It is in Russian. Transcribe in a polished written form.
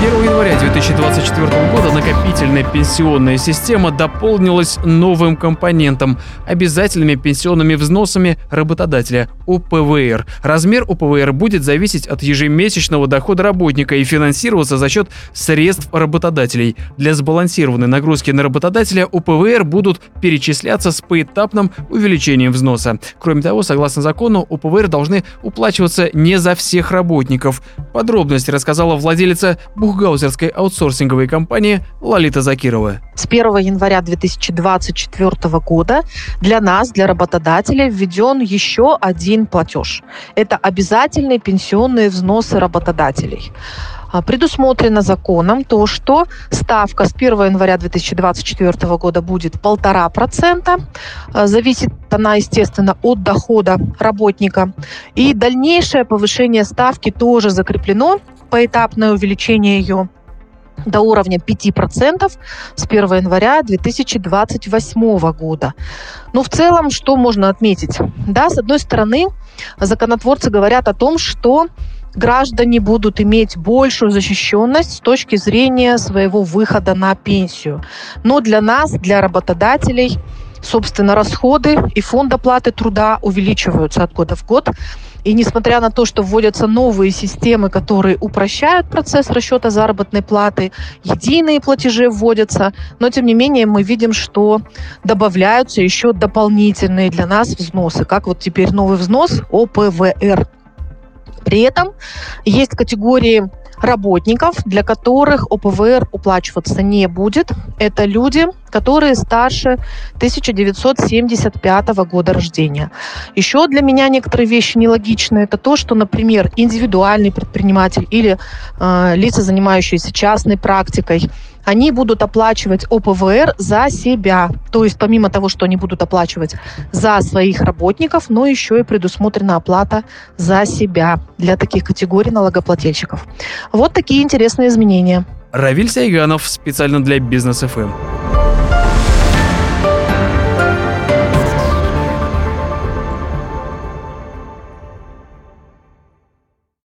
1 января 2024 года накопительная пенсионная система дополнилась новым компонентом – обязательными пенсионными взносами работодателя – ОПВР. Размер ОПВР будет зависеть от ежемесячного дохода работника и финансироваться за счет средств работодателей. Для сбалансированной нагрузки на работодателя ОПВР будут перечисляться с поэтапным увеличением взноса. Кроме того, согласно закону, ОПВР должны уплачиваться не за всех работников. Подробности рассказала владелица бухгалтерской аутсорсинговой компании Лолита Закирова. С 1 января 2024 года для нас, для работодателей, введен еще один платеж. Это обязательные пенсионные взносы работодателей. Предусмотрено законом то, что ставка с 1 января 2024 года будет 1,5%. Зависит она, естественно, от дохода работника. И дальнейшее повышение ставки тоже закреплено, поэтапное увеличение ее до уровня 5% с 1 января 2028 года. Но в целом, что можно отметить? Да, с одной стороны, законотворцы говорят о том, что граждане будут иметь большую защищенность с точки зрения своего выхода на пенсию. Но для нас, для работодателей, собственно, расходы и фонд оплаты труда увеличиваются от года в год. И несмотря на то, что вводятся новые системы, которые упрощают процесс расчета заработной платы, единые платежи вводятся, но тем не менее мы видим, что добавляются еще дополнительные для нас взносы, как вот теперь новый взнос ОПВР. При этом есть категории работников, для которых ОПВР уплачиваться не будет. Это люди, которые старше 1975 года рождения. Еще для меня некоторые вещи нелогичные. Это то, что, например, индивидуальный предприниматель или лица, занимающиеся частной практикой, они будут оплачивать ОПВР за себя. То есть помимо того, что они будут оплачивать за своих работников, но еще и предусмотрена оплата за себя для таких категорий налогоплательщиков. Вот такие интересные изменения. Равиль Сайганов специально для Бизнес ФМ.